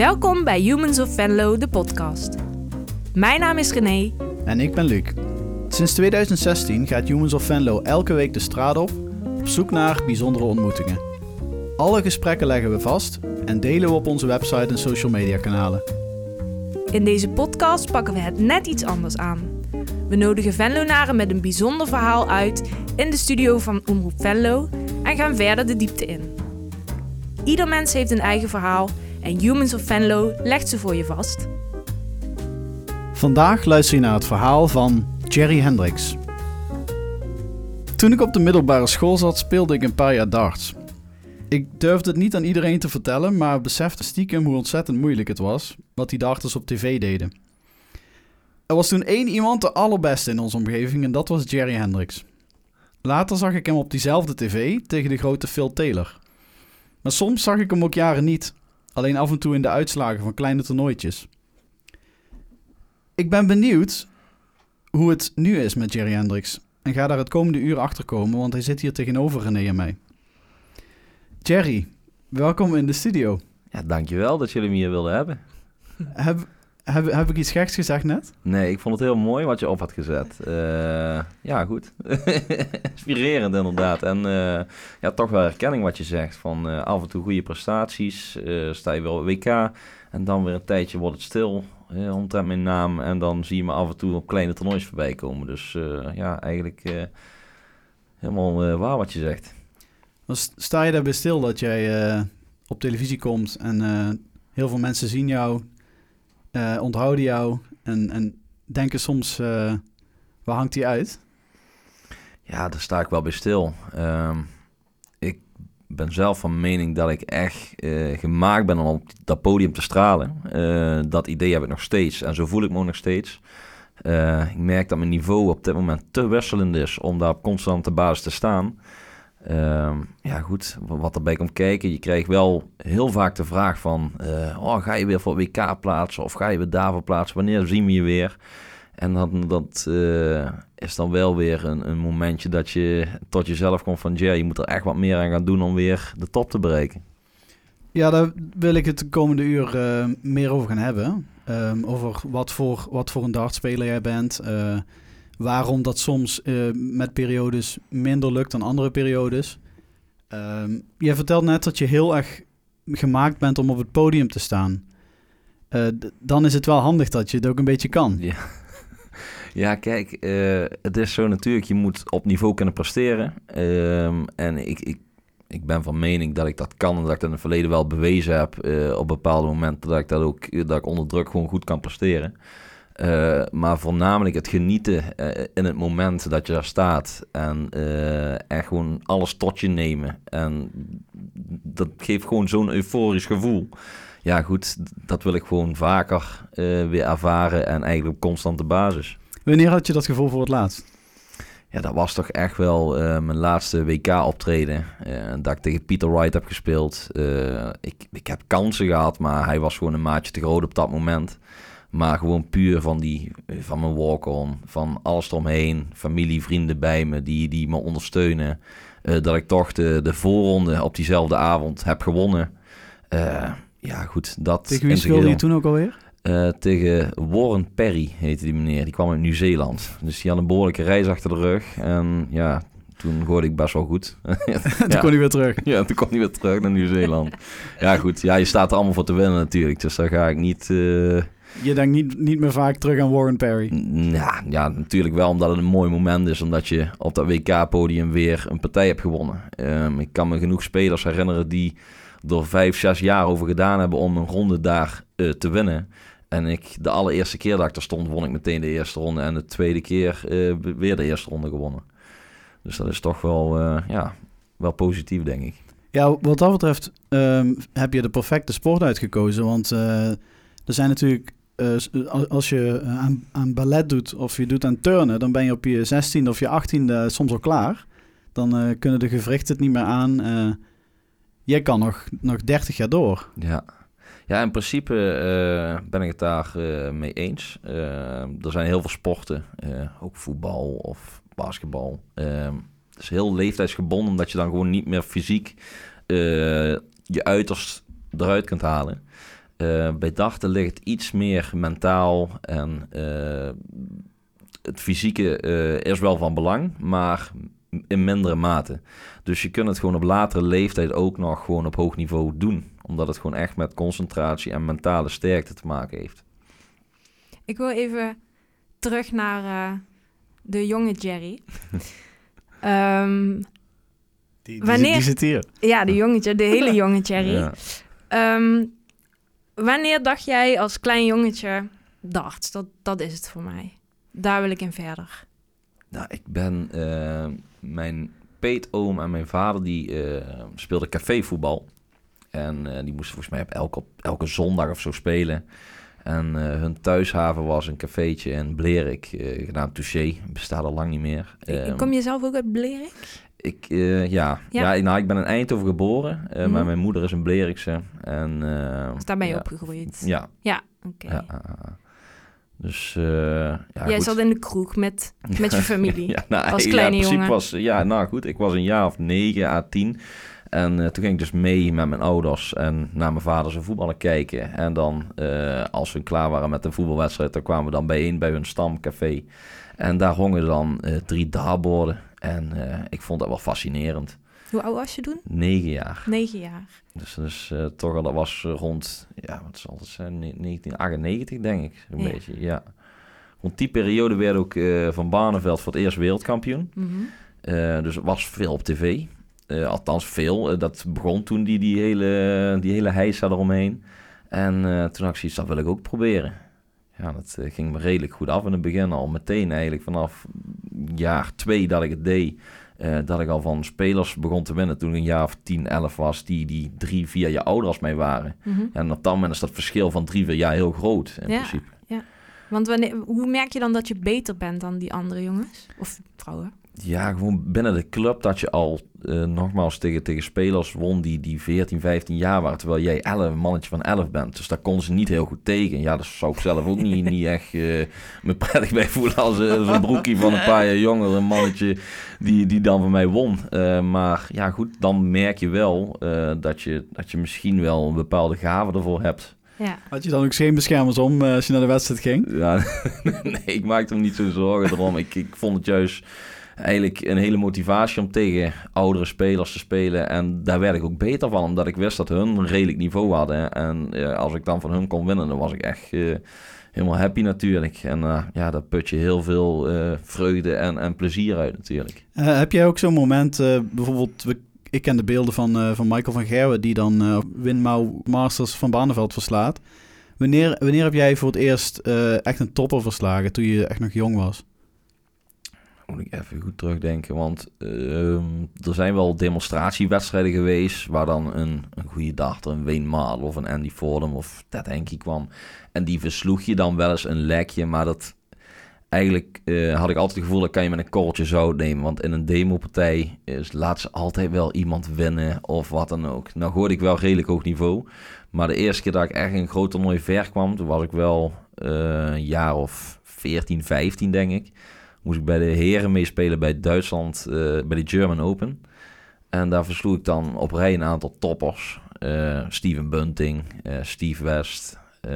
Welkom bij Humans of Venlo, de podcast. Mijn naam is René. En ik ben Luc. Sinds 2016 gaat Humans of Venlo elke week de straat op zoek naar bijzondere ontmoetingen. Alle gesprekken leggen we vast en delen we op onze website en social media kanalen. In deze podcast pakken we het net iets anders aan. We nodigen Venlonaren met een bijzonder verhaal uit in de studio van Omroep Venlo en gaan verder de diepte in. Ieder mens heeft een eigen verhaal en Humans of Venlo legt ze voor je vast. Vandaag luister je naar het verhaal van Jerry Hendricks. Toen ik op de middelbare school zat, speelde ik een paar jaar darts. Ik durfde het niet aan iedereen te vertellen, maar besefte stiekem hoe ontzettend moeilijk het was wat die darters op tv deden. Er was toen één iemand de allerbeste in onze omgeving en dat was Jerry Hendricks. Later zag ik hem op diezelfde tv tegen de grote Phil Taylor. Maar soms zag ik hem ook jaren niet, alleen af en toe in de uitslagen van kleine toernooitjes. Ik ben benieuwd hoe het nu is met Jerry Hendricks en ga daar het komende uur achter komen, want hij zit hier tegenover René en mij. Jerry, welkom in de studio. Ja, dankjewel dat jullie me hier wilden hebben. Heb ik iets geks gezegd net? Nee, ik vond het heel mooi wat je op had gezet. Ja, goed. Inspirerend inderdaad. En ja, toch wel herkenning wat je zegt. Van af en toe goede prestaties. Sta je wel op WK. En dan weer een tijdje wordt het stil. Omtrent mijn naam. En dan zie je me af en toe op kleine toernoois voorbij komen. Dus ja, eigenlijk helemaal waar wat je zegt. Dan sta je daarbij stil dat jij op televisie komt en heel veel mensen zien jou, onthouden jou en denken soms, waar hangt hij uit? Ja, daar sta ik wel bij stil. Ik ben zelf van mening dat ik echt gemaakt ben om op dat podium te stralen. Dat idee heb ik nog steeds en zo voel ik me ook nog steeds. Ik merk dat mijn niveau op dit moment te wisselend is om daar op constante basis te staan. Ja goed, wat erbij komt kijken, je krijgt wel heel vaak de vraag van, ga je weer voor WK plaatsen of ga je weer daarvoor plaatsen, wanneer zien we je weer? En dat is dan wel weer een momentje dat je tot jezelf komt van, je moet er echt wat meer aan gaan doen om weer de top te bereiken. Ja, daar wil ik het de komende uur meer over gaan hebben. Over wat voor een dartspeler jij bent. Waarom dat soms met periodes minder lukt dan andere periodes. Je vertelt net dat je heel erg gemaakt bent om op het podium te staan. Dan is het wel handig dat je het ook een beetje kan. Ja, ja kijk, het is zo natuurlijk, je moet op niveau kunnen presteren. En ik ben van mening dat ik dat kan en dat ik dat in het verleden wel bewezen heb op bepaalde momenten dat ik onder druk gewoon goed kan presteren. Maar voornamelijk het genieten in het moment dat je daar staat en echt gewoon alles tot je nemen. En dat geeft gewoon zo'n euforisch gevoel. Ja goed, dat wil ik gewoon vaker weer ervaren en eigenlijk op constante basis. Wanneer had je dat gevoel voor het laatst? Ja, dat was toch echt wel mijn laatste WK-optreden. Dat ik tegen Peter Wright heb gespeeld. Ik heb kansen gehad, maar hij was gewoon een maatje te groot op dat moment. Maar gewoon puur van mijn walk-on, van alles eromheen, familie, vrienden bij me die me ondersteunen. Dat ik toch de voorronde op diezelfde avond heb gewonnen. Ja goed, dat... Tegen wie speelde je toen ook alweer? Tegen Warren Perry heette die meneer. Die kwam uit Nieuw-Zeeland. Dus die had een behoorlijke reis achter de rug. En ja, toen gooide ik best wel goed. Toen kon hij weer terug. Ja, toen kon hij weer terug naar Nieuw-Zeeland. Ja goed, ja, je staat er allemaal voor te winnen natuurlijk. Dus daar ga ik niet... Je denkt niet meer vaak terug aan Warren Perry? Ja, natuurlijk wel, omdat het een mooi moment is. Omdat je op dat WK-podium weer een partij hebt gewonnen. Ik kan me genoeg spelers herinneren die er 5-6 jaar over gedaan hebben om een ronde daar te winnen. En de allereerste keer dat ik er stond, won ik meteen de eerste ronde. En de tweede keer weer de eerste ronde gewonnen. Dus dat is toch wel positief, denk ik. Ja, wat dat betreft heb je de perfecte sport uitgekozen. Want er zijn natuurlijk... als je aan ballet doet of je doet aan turnen, dan ben je op je 16e of je 18e soms al klaar. Dan kunnen de gewrichten het niet meer aan. Jij kan nog 30 jaar door. Ja, in principe ben ik het daar mee eens. Er zijn heel veel sporten, ook voetbal of basketbal. Het is heel leeftijdsgebonden, omdat je dan gewoon niet meer fysiek je uiterst eruit kunt halen. Bij darten ligt het iets meer mentaal en het fysieke is wel van belang, maar in mindere mate. Dus je kunt het gewoon op latere leeftijd ook nog gewoon op hoog niveau doen. Omdat het gewoon echt met concentratie en mentale sterkte te maken heeft. Ik wil even terug naar de jonge Jerry. Die zit hier. Ja, de hele jonge Jerry. Ja. Wanneer dacht jij als klein jongetje, darts, dat is het voor mij. Daar wil ik in verder. Nou, ik ben... mijn peetoom en mijn vader, die speelden cafévoetbal. En die moesten volgens mij op elke zondag of zo spelen. En hun thuishaven was een cafeetje in Blerik, genaamd Touché. Bestaat al lang niet meer. Kom je zelf ook uit Blerik? Ja, ik ben in Eindhoven geboren, maar mijn moeder is een Blerikse. En, dus daar ben je opgegroeid? Ja. Ja, oké. Ja, dus, jij goed. zat in de kroeg met je familie als in kleine principe jongen? Ik was een jaar of 9 à 10. En toen ging ik dus mee met mijn ouders en naar mijn vader zijn voetballen kijken. En dan, als we klaar waren met de voetbalwedstrijd, dan kwamen we dan bijeen bij hun stamcafé. En daar hongen dan 3 dartborden. En ik vond dat wel fascinerend. Hoe oud was je toen? 9 jaar. 9 jaar. Dus toch al, dat was rond, wat zal het zijn, 1998 denk ik, een beetje, ja. Rond die periode werd ook Van Barneveld voor het eerst wereldkampioen. Mm-hmm. Dus er was veel op tv. Althans veel. Dat begon toen die hele heisa eromheen. En toen had ik zoiets, dat wil ik ook proberen. Ja, dat ging me redelijk goed af in het begin al. Meteen eigenlijk vanaf jaar 2 dat ik het deed. Dat ik al van spelers begon te winnen toen ik een jaar of 10, 11 was. Die 3, 4 jaar ouder als mij waren. Mm-hmm. Ja, en op dat moment is dat verschil van 3, 4 jaar heel groot in principe. Ja. Want hoe merk je dan dat je beter bent dan die andere jongens? Of vrouwen? Ja, gewoon binnen de club dat je al nogmaals tegen spelers won die 14, 15 jaar waren. Terwijl jij een mannetje van 11 bent. Dus daar kon ze niet heel goed tegen. Ja, dat zou ik zelf ook niet echt me prettig bij voelen als een broekie van een paar jaar jonger. Een mannetje die dan van mij won. Maar ja, goed, dan merk je wel dat je misschien wel een bepaalde gave ervoor hebt. Ja. Had je dan ook scheenbeschermers om als je naar de wedstrijd ging? Ja, nee, ik maakte me niet zo zorgen erom. Ik vond het juist eigenlijk een hele motivatie om tegen oudere spelers te spelen. En daar werd ik ook beter van, omdat ik wist dat hun een redelijk niveau hadden. En als ik dan van hun kon winnen, dan was ik echt helemaal happy natuurlijk. En daar put je heel veel vreugde en plezier uit natuurlijk. Heb jij ook zo'n moment, bijvoorbeeld... Ik ken de beelden van Michael van Gerwen, die dan Winmau Masters van Barneveld verslaat. Wanneer heb jij voor het eerst echt een topper verslagen, toen je echt nog jong was? Moet ik even goed terugdenken, want er zijn wel demonstratiewedstrijden geweest waar dan een goede darter, een Wayne Mardle of een Andy Fordham of Ted Henke kwam. En die versloeg je dan wel eens een lekje, maar dat... Eigenlijk had ik altijd het gevoel dat kan je met een korreltje zout nemen. Want in een demopartij laat ze altijd wel iemand winnen of wat dan ook. Nou gooide ik wel redelijk hoog niveau. Maar de eerste keer dat ik echt in een groot toernooi ver kwam, toen was ik wel een jaar of 14, 15 denk ik. Moest ik bij de heren meespelen bij Duitsland, bij de German Open. En daar versloeg ik dan op rij een aantal toppers. Steven Bunting, Steve West...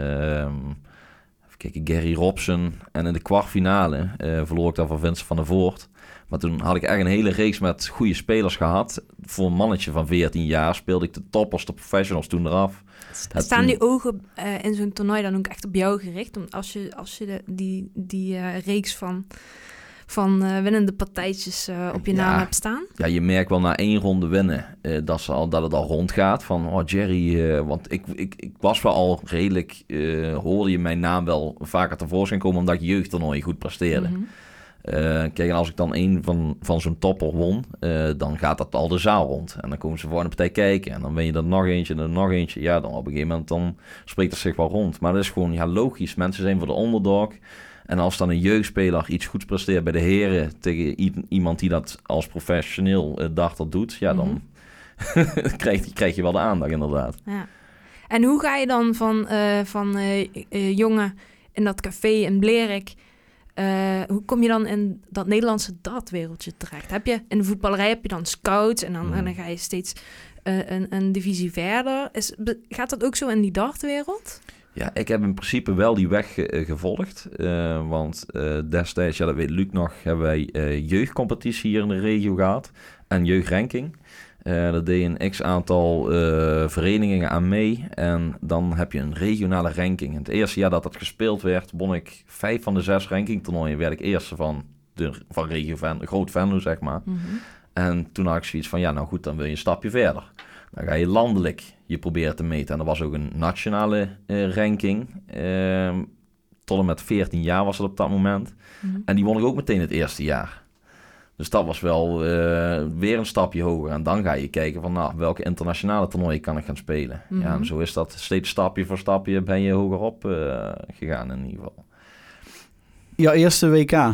Gary Robson. En in de kwartfinale verloor ik dan van Vincent van der Voort. Maar toen had ik echt een hele reeks met goede spelers gehad. Voor een mannetje van 14 jaar speelde ik de toppers, de professionals toen eraf. Staan die ogen in zo'n toernooi dan ook echt op jou gericht? Om als je die reeks van winnende partijtjes op je naam hebt staan? Ja, je merkt wel na 1 ronde winnen dat het al rondgaat. Van, Jerry, want ik was wel al redelijk, hoorde je mijn naam wel vaker tevoorschijn komen, omdat ik jeugdtoernooien goed presteerde. Mm-hmm. Kijk, en als ik dan een van zo'n topper won, dan gaat dat al de zaal rond. En dan komen ze voor een partij kijken. En dan ben je er nog eentje en er nog eentje. Ja, dan op een gegeven moment dan spreekt het zich wel rond. Maar dat is gewoon logisch. Mensen zijn voor de underdog. En als dan een jeugdspeler iets goeds presteert bij de heren tegen iemand die dat als professioneel darter doet, dan krijg je wel de aandacht inderdaad. Ja. En hoe ga je dan van jongen in dat café in Blerik Hoe kom je dan in dat Nederlandse dartwereldje terecht? In de voetballerij heb je dan scouts en dan ga je steeds een divisie verder. Gaat dat ook zo in die dartwereld? Ja, ik heb in principe wel die weg gevolgd. Want destijds, ja, dat weet Luc nog, hebben wij jeugdcompetitie hier in de regio gehad. En jeugdranking. Dat deed een x-aantal verenigingen aan mee. En dan heb je een regionale ranking. En het eerste jaar dat dat gespeeld werd, won ik 5 van de 6 rankingtoernooien. Werd ik eerste van regio Groot Venlo, zeg maar. Mm-hmm. En toen had ik zoiets van, ja, nou goed, dan wil je een stapje verder. Dan ga je landelijk je proberen te meten. En er was ook een nationale ranking. Tot en met 14 jaar was het op dat moment. Mm-hmm. En die won ik ook meteen het eerste jaar. Dus dat was wel weer een stapje hoger. En dan ga je kijken van, nou, welke internationale toernooien kan ik gaan spelen. Mm-hmm. Ja, en zo is dat steeds stapje voor stapje ben je hogerop gegaan in ieder geval. Jouw eerste WK.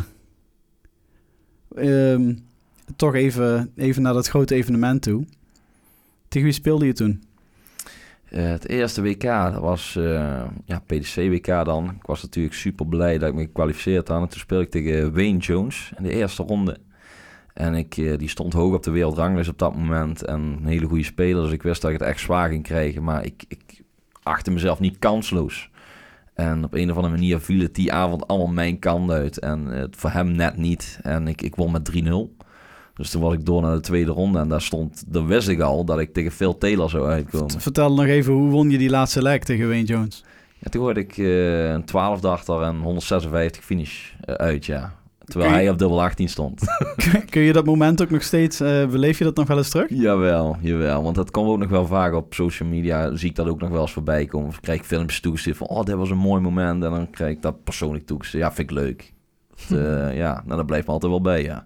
Toch even naar dat grote evenement toe. Tegen wie speelde je toen? Het eerste WK, dat was PDC-WK dan. Ik was natuurlijk super blij dat ik me gekwalificeerd had. En toen speelde ik tegen Wayne Jones in de eerste ronde. En die stond hoog op de wereldranglijst op dat moment. En een hele goede speler, dus ik wist dat ik het echt zwaar ging krijgen. Maar ik achtte mezelf niet kansloos. En op een of andere manier viel het die avond allemaal mijn kant uit. En voor hem net niet. En ik won met 3-0. Dus toen was ik door naar de tweede ronde. En daar wist ik al dat ik tegen Phil Taylor zou uitkomen. Vertel nog even, hoe won je die laatste leg tegen Wayne Jones? Ja, toen hoorde ik een 12 achter en 156 finish uit, ja. Terwijl hij op dubbel 18 stond. Kun je dat moment ook nog steeds... beleef je dat nog wel eens terug? Jawel. Want dat komt ook nog wel vaak op social media. Zie ik dat ook nog wel eens voorbij komen. Of krijg ik filmpjes toegestuurd van... Oh, dit was een mooi moment. En dan krijg ik dat persoonlijk toegestuurd. Ja, vind ik leuk. Dat blijft me altijd wel bij, ja.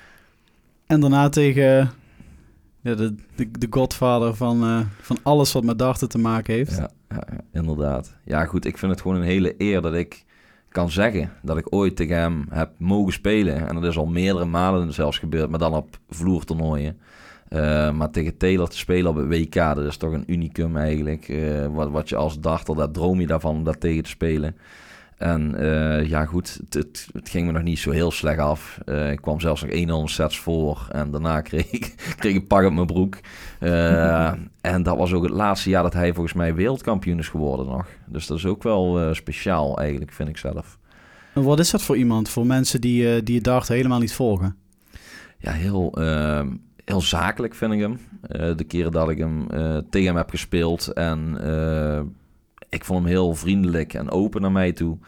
En daarna tegen de godvader van alles wat met darten te maken heeft. Ja, inderdaad. Ja, goed. Ik vind het gewoon een hele eer dat ik kan zeggen dat ik ooit tegen hem heb mogen spelen. En dat is al meerdere malen zelfs gebeurd, maar dan op vloertoernooien. Maar tegen Taylor te spelen op het WK, dat is toch een unicum eigenlijk. Wat je als darter, daar droom je daarvan om dat tegen te spelen. En goed, het ging me nog niet zo heel slecht af. Ik kwam zelfs nog 1-0 sets voor. En daarna kreeg ik een pak op mijn broek. En dat was ook het laatste jaar dat hij volgens mij wereldkampioen is geworden nog. Dus dat is ook wel speciaal eigenlijk, vind ik zelf. En wat is dat voor iemand? Voor mensen die het dart helemaal niet volgen? Ja, heel zakelijk vind ik hem. De keren dat ik hem tegen hem heb gespeeld. En ik vond hem heel vriendelijk en open naar mij toe.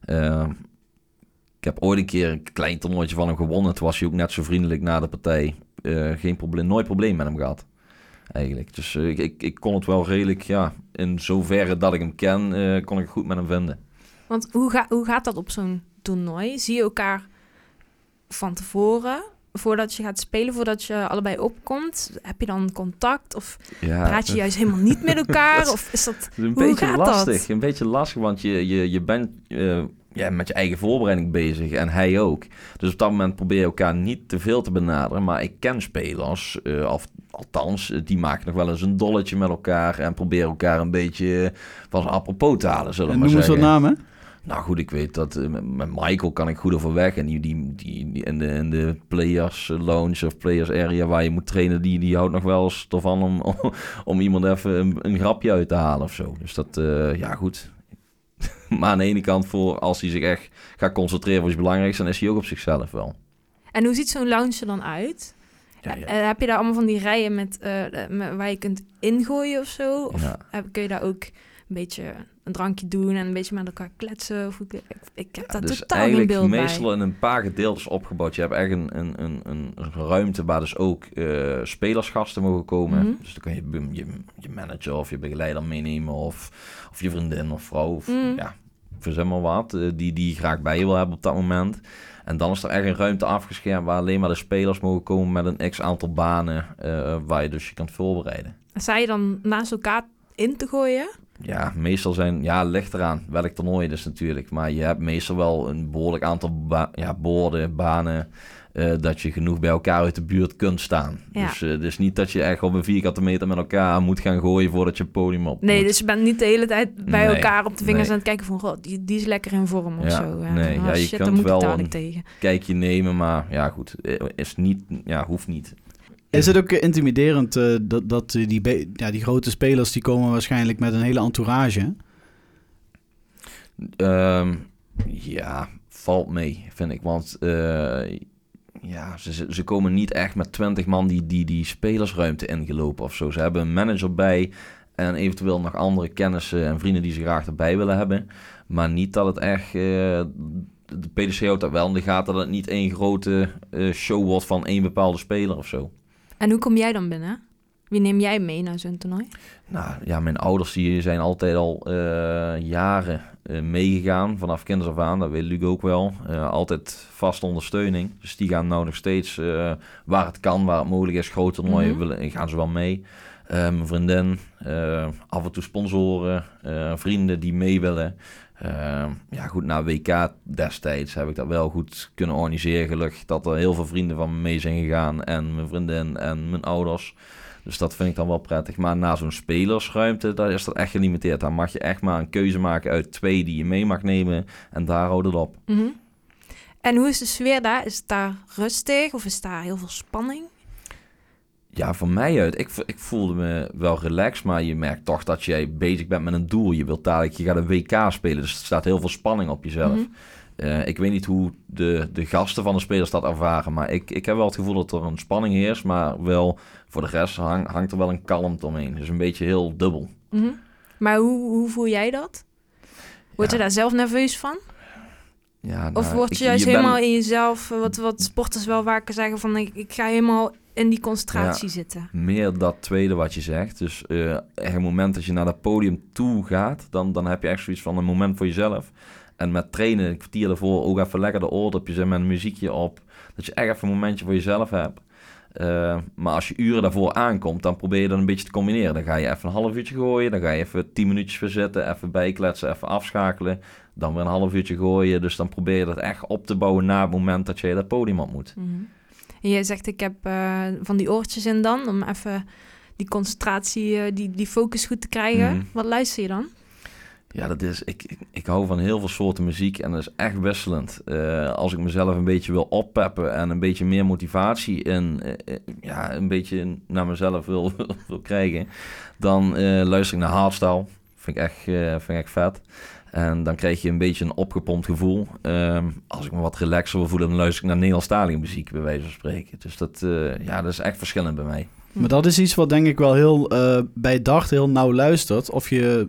Ik heb ooit een keer een klein toernooitje van hem gewonnen. Toen was hij ook net zo vriendelijk na de partij. Geen probleem, nooit probleem met hem gehad. Eigenlijk. Dus ik kon het wel redelijk, ja, in zoverre dat ik hem ken, kon ik het goed met hem vinden. Want hoe gaat dat op zo'n toernooi? Zie je elkaar van tevoren, voordat je gaat spelen, voordat je allebei opkomt? Heb je dan contact? Of praat je juist helemaal niet met elkaar? Of is dat een beetje lastig? Een beetje lastig, want je bent met je eigen voorbereiding bezig en hij ook. Dus op dat moment probeer je elkaar niet te veel te benaderen. Maar ik ken spelers, althans, die maken nog wel eens een dolletje met elkaar en proberen elkaar een beetje van apropos te halen, zullen we maar zeggen. Noem eens wat namen. Nou goed, ik weet dat met Michael kan ik goed overweg. En die in de players lounge of players area waar je moet trainen, die houdt nog wel eens ervan om iemand even een grapje uit te halen of zo. Dus dat, goed. Maar aan de ene kant, als hij zich echt gaat concentreren op iets belangrijks, dan is hij ook op zichzelf wel. En hoe ziet zo'n lounge er dan uit? Ja. Heb je daar allemaal van die rijen met waar je kunt ingooien of zo? Of kun je daar ook een beetje een drankje doen en een beetje met elkaar kletsen? Of ik heb daar dus totaal geen beeld bij. Meestal in een paar gedeeltes opgebouwd. Je hebt echt een ruimte waar dus ook spelersgasten mogen komen. Mm-hmm. Dus dan kun je manager of je begeleider meenemen of je vriendin of vrouw. Of, verzin maar wat. Die graag bij je wil hebben op dat moment. En dan is er echt een ruimte afgeschermd waar alleen maar de spelers mogen komen met een x-aantal banen waar je dus je kan voorbereiden. Sta je dan naast elkaar in te gooien? Ja, meestal ligt eraan welk toernooi dus natuurlijk. Maar je hebt meestal wel een behoorlijk aantal borden, banen dat je genoeg bij elkaar uit de buurt kunt staan. Ja. Dus niet dat je echt op een vierkante meter met elkaar moet gaan gooien voordat je het podium op Nee, moet. dus je bent niet de hele tijd bij Nee, elkaar op de vingers nee. aan het kijken van... God, die is lekker in vorm of Ja, zo. nee, ja, je shit, kunt daar moet wel ik dadelijk een- tegen. Kijkje nemen, maar ja goed, is niet, ja, hoeft niet. Is het ook intimiderend dat die grote spelers... die komen waarschijnlijk met een hele entourage? Ja, valt mee, vind ik. Want ja, ze komen niet echt met 20 man die spelersruimte ingelopen of zo. Ze hebben een manager bij en eventueel nog andere kennissen en vrienden die ze graag erbij willen hebben. Maar niet dat het echt... de PDC houdt dat wel in de gaten dat het niet één grote show wordt van één bepaalde speler of zo. En hoe kom jij dan binnen? Wie neem jij mee naar zo'n toernooi? Nou ja, mijn ouders die zijn altijd al jaren meegegaan, vanaf kinds af aan, dat weet Luc ook wel. Altijd vaste ondersteuning, dus die gaan nou nog steeds waar het kan, waar het mogelijk is, grote toernooien, gaan ze wel mee. Mijn vriendin, af en toe sponsoren, vrienden die mee willen. Ja goed, na WK destijds heb ik dat wel goed kunnen organiseren. Gelukkig dat er heel veel vrienden van me mee zijn gegaan en mijn vriendin en mijn ouders. Dus dat vind ik dan wel prettig. Maar na zo'n spelersruimte, daar is dat echt gelimiteerd. Daar mag je echt maar een keuze maken uit 2 die je mee mag nemen. En daar houdt het op. Mm-hmm. En hoe is de sfeer daar? Is het daar rustig of is daar heel veel spanning? Ja, van mij uit. Ik voelde me wel relaxed, maar je merkt toch dat jij bezig bent met een doel. Je wilt dadelijk, je gaat een WK spelen, dus er staat heel veel spanning op jezelf. Mm-hmm. Ik weet niet hoe de gasten van de spelers dat ervaren, maar ik heb wel het gevoel dat er een spanning heerst, maar wel voor de rest hangt er wel een kalmte omheen. Dus een beetje heel dubbel. Mm-hmm. Maar hoe voel jij dat? Word je daar zelf nerveus van? Ja, nou, Of word je juist helemaal in jezelf, wat sporters wel vaker zeggen van ik ga helemaal in die concentratie zitten. Meer dat tweede wat je zegt. Dus echt een moment dat je naar dat podium toe gaat, dan heb je echt zoiets van een moment voor jezelf. En met trainen, een kwartier ervoor, ook even lekker de oordopjes en met een muziekje op. Dat je echt even een momentje voor jezelf hebt. Maar als je uren daarvoor aankomt, dan probeer je dat een beetje te combineren. Dan ga je even een half uurtje gooien, dan ga je even 10 minuutjes weer zitten, even bijkletsen, even afschakelen. Dan weer een half uurtje gooien. Dus dan probeer je dat echt op te bouwen na het moment dat je dat podium op moet. Mm-hmm. En jij zegt, ik heb van die oortjes in dan, om even die concentratie, die focus goed te krijgen. Mm. Wat luister je dan? Ja, dat is, ik hou van heel veel soorten muziek en dat is echt wisselend. Als ik mezelf een beetje wil oppeppen en een beetje meer motivatie en een beetje naar mezelf wil krijgen, dan luister ik naar hardstyle. Vind ik echt vet. En dan krijg je een beetje een opgepompt gevoel. Als ik me wat relaxer wil voelen, dan luister ik naar Nederlandstalige muziek, bij wijze van spreken. Dus dat is echt verschillend bij mij. Maar dat is iets wat denk ik wel heel bij Dart heel nauw luistert. Of je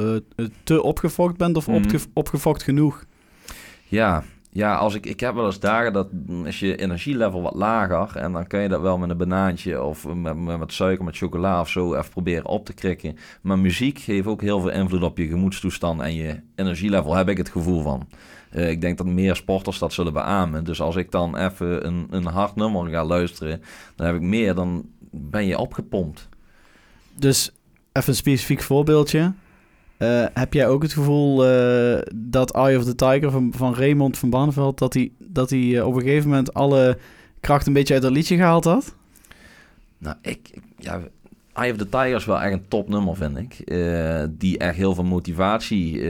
te opgefokt bent of opgefokt genoeg. Ja, ik heb wel eens dagen dat is je energielevel wat lager en dan kan je dat wel met een banaantje of met suiker, met chocola of zo even proberen op te krikken. Maar muziek geeft ook heel veel invloed op je gemoedstoestand en je energielevel, heb ik het gevoel van. Ik denk dat meer sporters dat zullen beamen. Dus als ik dan even een hard nummer ga luisteren, dan ben je opgepompt. Dus even een specifiek voorbeeldje. Heb jij ook het gevoel dat Eye of the Tiger van Raymond van Barneveld, dat hij op een gegeven moment alle kracht een beetje uit dat liedje gehaald had? Nou, Eye of the Tiger is wel echt een topnummer, vind ik. Die echt heel veel motivatie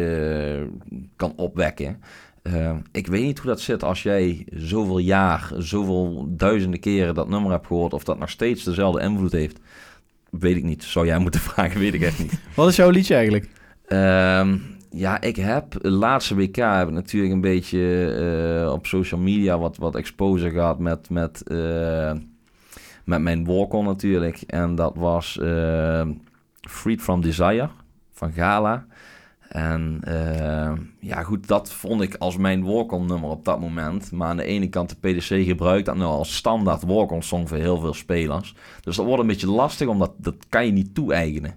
kan opwekken. Ik weet niet hoe dat zit als jij zoveel jaar, zoveel duizenden keren dat nummer hebt gehoord, of dat nog steeds dezelfde invloed heeft. Weet ik niet. Zou jij moeten vragen, weet ik echt niet. Wat is jouw liedje eigenlijk? Ik heb laatste WK heb ik natuurlijk een beetje op social media wat exposure gehad met mijn walk-on natuurlijk. En dat was Freed From Desire van Gala. En dat vond ik als mijn walk-on nummer op dat moment. Maar aan de ene kant, de PDC gebruikt dat nou als standaard walk-on song voor heel veel spelers. Dus dat wordt een beetje lastig, omdat dat kan je niet toe-eigenen.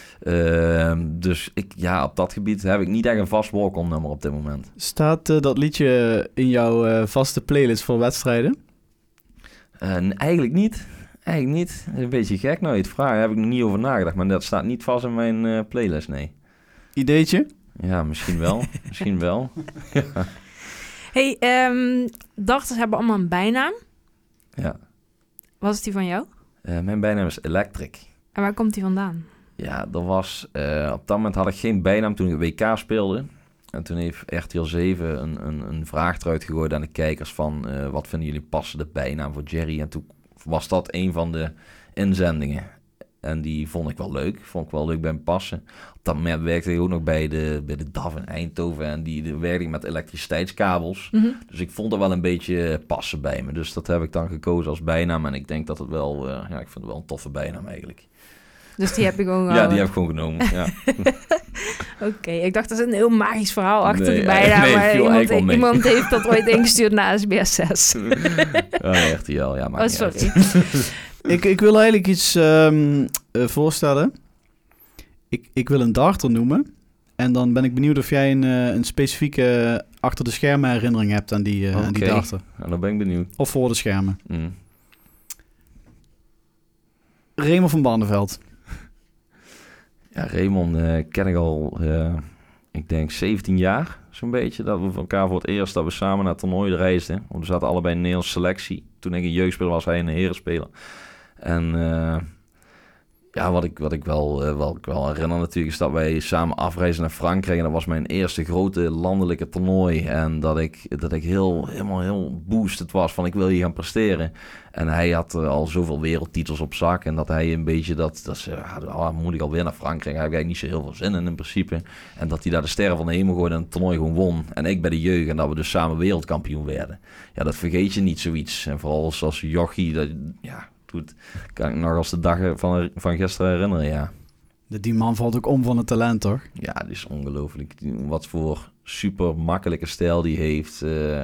Dus op dat gebied heb ik niet echt een vast walk-on nummer op dit moment. Staat dat liedje in jouw vaste playlist voor wedstrijden? Eigenlijk niet. Een beetje gek nou je het vraagt. Daar heb ik nog niet over nagedacht. Maar dat staat niet vast in mijn playlist, nee. Ideetje? Ja, misschien wel. Misschien wel. Hey, darters hebben allemaal een bijnaam. Ja. Was het die van jou? Mijn bijnaam is Electric. En waar komt die vandaan? Ja, er was... op dat moment had ik geen bijnaam toen ik WK speelde. En toen heeft RTL 7 een vraag eruit gegooid aan de kijkers van... wat vinden jullie passende bijnaam voor Jerry? En toen was dat een van de inzendingen. En die vond ik wel leuk. Vond ik wel leuk bij me passen. Op dat moment werkte ik ook nog bij de DAF in Eindhoven. En die werkte ik met elektriciteitskabels. Mm-hmm. Dus ik vond er wel een beetje passen bij me. Dus dat heb ik dan gekozen als bijnaam. En ik denk dat het wel... ik vind het wel een toffe bijnaam eigenlijk. Dus die heb ik gewoon Ja, die heb ik gewoon genomen. Ja. Oké, ik dacht dat is een heel magisch verhaal achter Nee, die bijnaam. nee, Maar viel eigenlijk wel mee. iemand heeft dat ooit ingestuurd naar SBS6. RTL, ja, maar Sorry. Ik wil eigenlijk iets voorstellen. Ik wil een darter noemen. En dan ben ik benieuwd of jij een specifieke achter de schermen herinnering hebt aan die darter. Nou, dan ben ik benieuwd. Of voor de schermen. Mm. Raymond van Barneveld. Ja, Raymond ken ik al, ik denk 17 jaar, zo'n beetje. Dat we van elkaar voor het eerst dat we samen naar het toernooi reisden. Want we zaten allebei in de Nederlandse selectie. Toen ik een jeugdspeler was, hij een herenspeler. En wat ik wel herinner natuurlijk is dat wij samen afreizen naar Frankrijk. En dat was mijn eerste grote landelijke toernooi. En dat ik helemaal heel boosted was van ik wil hier gaan presteren. En hij had al zoveel wereldtitels op zak. En dat hij een beetje moet ik alweer naar Frankrijk. Daar heb ik niet zo heel veel zin in principe. En dat hij daar de sterren van de hemel gooide en het toernooi gewoon won. En ik bij de jeugd en dat we dus samen wereldkampioen werden. Ja, dat vergeet je niet zoiets. En vooral als jochie, kan ik nog als de dag van gisteren herinneren, ja. Die man valt ook om van het talent, toch? Ja, die is ongelooflijk. Wat voor super makkelijke stijl die heeft.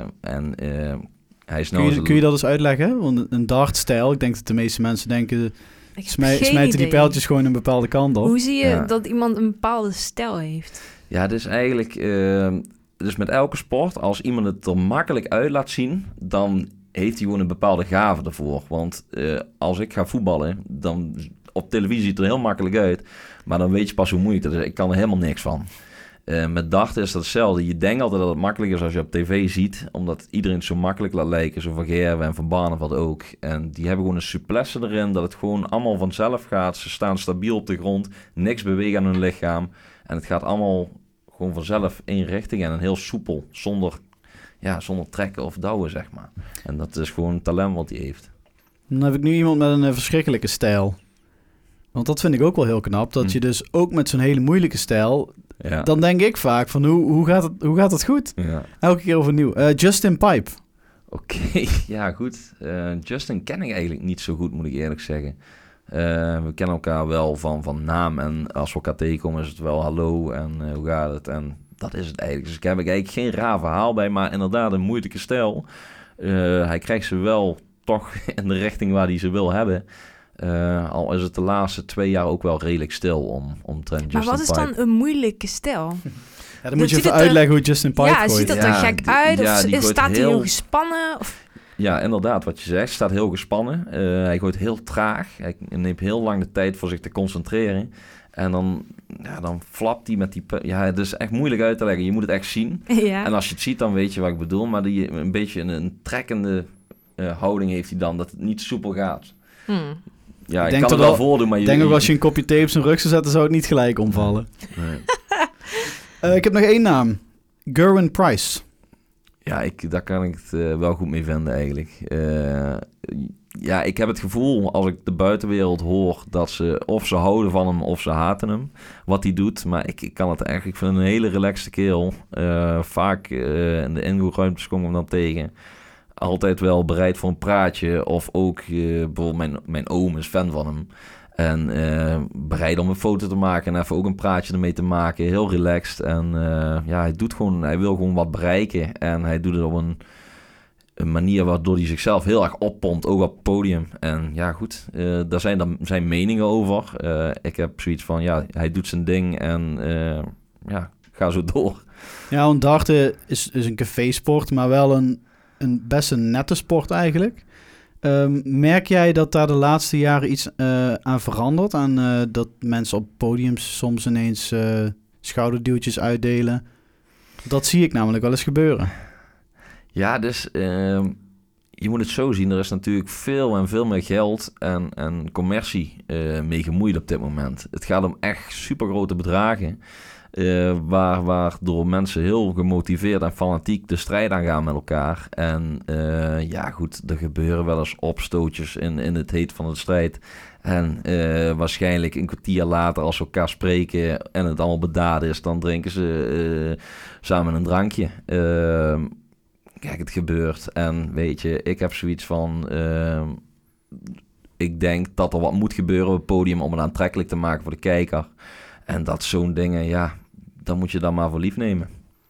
Hij is kun je dat eens uitleggen? Want een dartstijl, ik denk dat de meeste mensen denken... Smijten die pijltjes gewoon een bepaalde kant op. Hoe zie je dat iemand een bepaalde stijl heeft? Ja, dus eigenlijk... dus met elke sport, als iemand het er makkelijk uit laat zien... dan heeft hij gewoon een bepaalde gave ervoor. Want als ik ga voetballen, dan op televisie ziet het er heel makkelijk uit. Maar dan weet je pas hoe moeilijk het is. Ik kan er helemaal niks van. Met darten is dat hetzelfde. Je denkt altijd dat het makkelijk is als je op tv ziet. Omdat iedereen het zo makkelijk laat lijken. Zo van Gerwen en Van Barneveld ook. En die hebben gewoon een souplesse erin. Dat het gewoon allemaal vanzelf gaat. Ze staan stabiel op de grond. Niks beweegt aan hun lichaam. En het gaat allemaal gewoon vanzelf één richting. En heel soepel. Zonder trekken of douwen, zeg maar. En dat is gewoon een talent wat hij heeft. Dan heb ik nu iemand met een verschrikkelijke stijl. Want dat vind ik ook wel heel knap. Dat je dus ook met zo'n hele moeilijke stijl... Ja. Dan denk ik vaak van hoe gaat het goed? Ja. Elke keer overnieuw. Justin Pipe. Oké, ja goed. Justin ken ik eigenlijk niet zo goed, moet ik eerlijk zeggen. We kennen elkaar wel van naam. En als we elkaar tegenkomen is het wel hallo en hoe gaat het? En dat is het eigenlijk. Dus ik heb eigenlijk geen raar verhaal bij. Maar inderdaad een moeilijke stijl. Hij krijgt ze wel toch in de richting waar hij ze wil hebben. Al is het de laatste 2 jaar ook wel redelijk stil omtrent Justin Pipe. Maar wat is dan een moeilijke stijl? Ja, dan moet je even uitleggen hoe Justin Pipe gooit. Ziet dat er gek uit? Of staat hij heel gespannen? Of... Ja, inderdaad, wat je zegt. Staat heel gespannen. Hij gooit heel traag. Hij neemt heel lang de tijd voor zich te concentreren. En dan flapt hij met die... Ja, het is echt moeilijk uit te leggen. Je moet het echt zien. Ja. En als je het ziet, dan weet je wat ik bedoel. Maar een beetje een trekkende houding heeft hij dan. Dat het niet soepel gaat. Ja, ik kan het wel voordoen, maar... Ik denk ook als je een kopje thee op zijn rug zou zetten, zou het niet gelijk omvallen. Nee. Ik heb nog 1 naam. Gerwin Price. Ja, daar kan ik het wel goed mee vinden eigenlijk. Ik heb het gevoel, als ik de buitenwereld hoor, dat ze houden van hem of ze haten hem. Wat hij doet, maar ik kan het eigenlijk... Ik vind hem een hele relaxte kerel. Vaak in de ingoruimtes kom ik hem dan tegen... Altijd wel bereid voor een praatje. Of ook bijvoorbeeld mijn oom is fan van hem. En bereid om een foto te maken en even ook een praatje ermee te maken. Heel relaxed. En hij wil gewoon wat bereiken. En hij doet het op een manier waardoor hij zichzelf heel erg oppompt. Ook op het podium. En ja, goed. Daar zijn dan zijn meningen over. Ik heb zoiets van, hij doet zijn ding. En ga zo door. Ja, want darten is een cafésport, maar wel een best een nette sport eigenlijk. Merk jij dat daar de laatste jaren iets aan verandert? Aan dat mensen op podiums soms ineens schouderduwtjes uitdelen? Dat zie ik namelijk wel eens gebeuren. Ja, dus je moet het zo zien, er is natuurlijk veel en veel meer geld en commercie mee gemoeid op dit moment. Het gaat om echt supergrote bedragen, waardoor mensen heel gemotiveerd en fanatiek de strijd aangaan met elkaar. En er gebeuren wel eens opstootjes in het heet van de strijd. En waarschijnlijk een kwartier later, als ze elkaar spreken en het allemaal bedaard is, dan drinken ze samen een drankje. Kijk, het gebeurt. En weet je, ik heb zoiets van... ik denk dat er wat moet gebeuren op het podium om het aantrekkelijk te maken voor de kijker. En dat zo'n dingen, dan moet je dan maar voor lief nemen.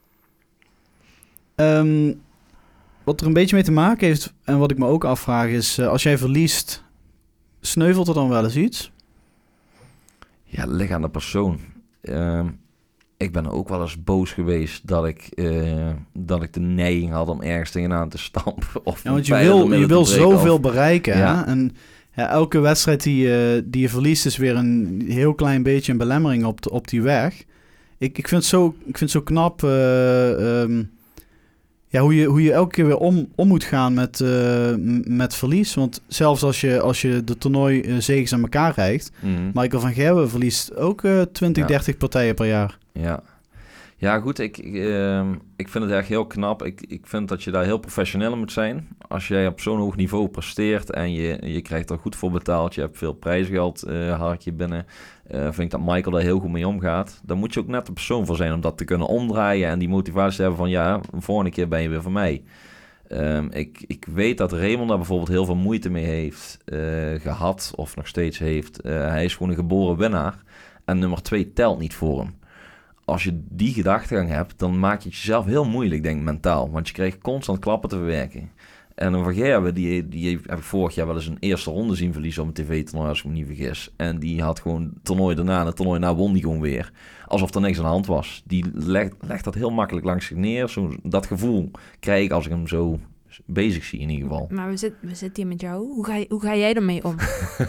Wat er een beetje mee te maken heeft, en wat ik me ook afvraag is... als jij verliest, sneuvelt er dan wel eens iets? Ja, het ligt aan de persoon. Ik ben ook wel eens boos geweest dat ik de neiging had om ergens tegenaan te stampen. Want je wil zoveel bereiken. Ja. Hè? En elke wedstrijd die je verliest is weer een heel klein beetje een belemmering op die weg. Ik vind het zo knap hoe je elke keer weer om moet gaan met verlies. Want zelfs als je de toernooi zegens aan elkaar rijgt... Michael van Gerwen verliest ook 30 partijen per jaar. Ja, goed. Ik vind het echt heel knap. Ik vind dat je daar heel professioneel in moet zijn. Als jij op zo'n hoog niveau presteert en je krijgt er goed voor betaald, je hebt veel prijsgeld, hartje binnen, vind ik dat Michael daar heel goed mee omgaat. Dan moet je ook net de persoon voor zijn om dat te kunnen omdraaien en die motivatie te hebben van de volgende keer ben je weer voor mij. Ik weet dat Raymond daar bijvoorbeeld heel veel moeite mee heeft gehad of nog steeds heeft. Hij is gewoon een geboren winnaar en nummer 2 telt niet voor hem. Als je die gedachtegang hebt, dan maak je het jezelf heel moeilijk, denk ik, mentaal. Want je krijgt constant klappen te verwerken. En een Van Gerwen, die heb ik vorig jaar wel eens een eerste ronde zien verliezen op een tv-toernooi, als ik me niet vergis. En die had gewoon het toernooi daarna en het toernooi daarna won die gewoon weer. Alsof er niks aan de hand was. Die legt dat heel makkelijk langs zich neer. Dat gevoel krijg ik als ik hem zo bezig zie in ieder geval. Maar we zitten hier met jou. Hoe ga jij ermee om?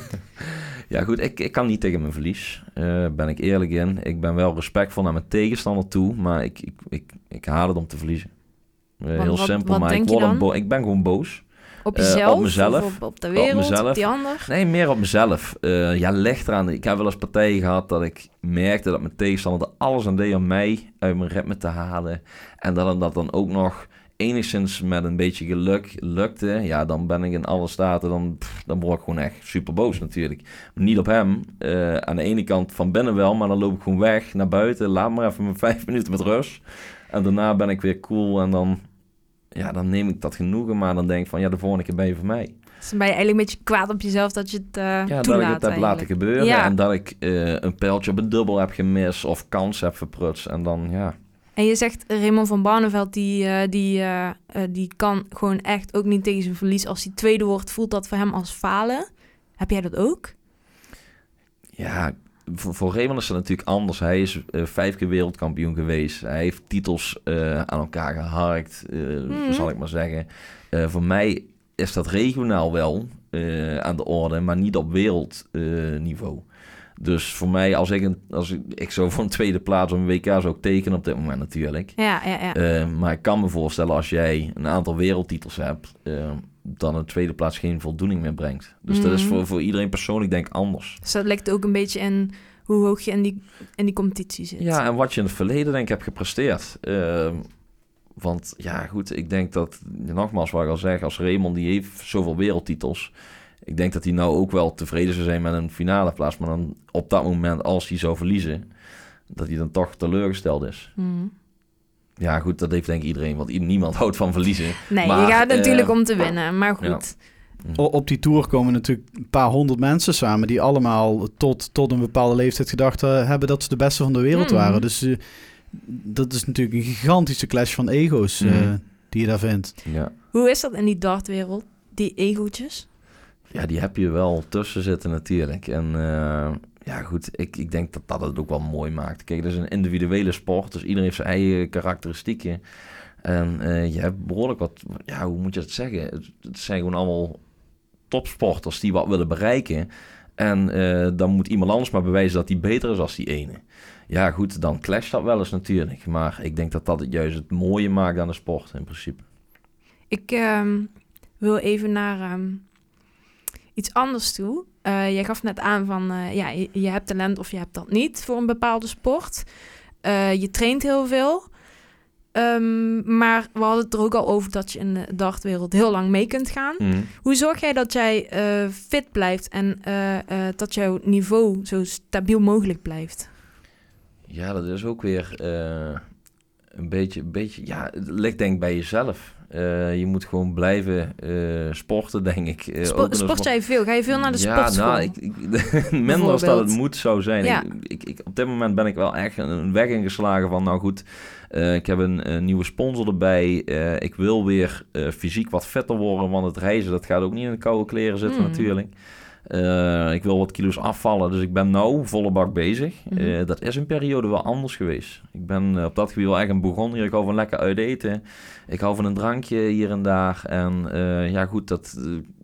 Ja goed, ik kan niet tegen mijn verlies. Ben ik eerlijk in. Ik ben wel respectvol naar mijn tegenstander toe. Maar ik haal het om te verliezen. Heel simpel. Wat Maar ik ben gewoon boos. Op jezelf? Op mezelf. Of op de wereld? Op die ander? Nee, meer op mezelf. Ligt eraan. Ik heb wel eens partijen gehad dat ik merkte dat mijn tegenstander er alles aan deed om mij uit mijn ritme te halen. En dat dan ook nog enigszins met een beetje geluk lukte, ja, dan ben ik in alle staten, dan word ik gewoon echt super boos natuurlijk. Niet op hem, aan de ene kant van binnen wel, maar dan loop ik gewoon weg naar buiten, laat maar even mijn 5 minuten met rust. En daarna ben ik weer cool en dan neem ik dat genoegen, maar dan denk ik van, de volgende keer ben je voor mij. Dus dan ben je eigenlijk een beetje kwaad op jezelf dat je het toelaat. Dat ik het heb laten gebeuren en dat ik een pijltje op een dubbel heb gemist of kans heb verprutst en dan, En je zegt Raymond van Barneveld, die kan gewoon echt ook niet tegen zijn verlies. Als hij tweede wordt, voelt dat voor hem als falen. Heb jij dat ook? Ja, voor Raymond is het natuurlijk anders. Hij is 5 keer wereldkampioen geweest. Hij heeft titels aan elkaar geharkt, zal ik maar zeggen. Voor mij is dat regionaal wel aan de orde, maar niet op wereldniveau. Dus voor mij, als ik zo voor een tweede plaats op een WK zou tekenen op dit moment natuurlijk. Ja. Maar ik kan me voorstellen als jij een aantal wereldtitels hebt, dan een tweede plaats geen voldoening meer brengt. Dus dat is voor iedereen persoonlijk denk ik anders. Dus dat ligt ook een beetje in hoe hoog je in die competitie zit. Ja, en wat je in het verleden denk ik hebt gepresteerd. Want goed, ik denk dat, nogmaals wat ik al zeg, als Raymond die heeft zoveel wereldtitels. Ik denk dat hij nou ook wel tevreden zou zijn met een finale plaats. Maar dan op dat moment, als hij zou verliezen, dat hij dan toch teleurgesteld is. Ja, goed, dat heeft denk ik iedereen. Want niemand houdt van verliezen. Nee, maar, je gaat natuurlijk om te winnen. Maar goed. Ja. Op die tour komen natuurlijk een paar 100 mensen samen die allemaal tot een bepaalde leeftijd gedacht hebben dat ze de beste van de wereld waren. Dus dat is natuurlijk een gigantische clash van ego's die je daar vindt. Ja. Hoe is dat in die dartwereld, die egootjes? Ja, die heb je wel tussen zitten natuurlijk. En goed, ik denk dat dat het ook wel mooi maakt. Kijk, het is een individuele sport, dus iedereen heeft zijn eigen karakteristieken. En je hebt behoorlijk wat, hoe moet je dat zeggen? Het zijn gewoon allemaal topsporters die wat willen bereiken. En dan moet iemand anders maar bewijzen dat hij beter is als die ene. Ja goed, dan clasht dat wel eens natuurlijk. Maar ik denk dat dat het juist het mooie maakt aan de sport in principe. wil even naar iets anders toe. Jij gaf net aan van, je hebt talent of je hebt dat niet voor een bepaalde sport. Je traint heel veel. Maar we hadden het er ook al over dat je in de dartwereld heel lang mee kunt gaan. Hoe zorg jij dat jij fit blijft en dat jouw niveau zo stabiel mogelijk blijft? Ja, dat is ook weer een beetje, ja, het ligt denk ik bij jezelf. Je moet gewoon blijven sporten, denk ik. Sport jij veel? Ga je veel naar de sportschool? Ja, minder als dat het moet zou zijn. Ja. Op dit moment ben ik wel echt een weg ingeslagen van, nou goed, ik heb een nieuwe sponsor erbij. Ik wil weer fysiek wat vetter worden, want het reizen, dat gaat ook niet in de koude kleren zitten natuurlijk. Ik wil wat kilo's afvallen, dus ik ben nou volle bak bezig. Dat is een periode wel anders geweest. Ik ben op dat gebied wel echt een begonnen. Ik hou van lekker uit eten. Ik hou van een drankje hier en daar. En ja goed, dat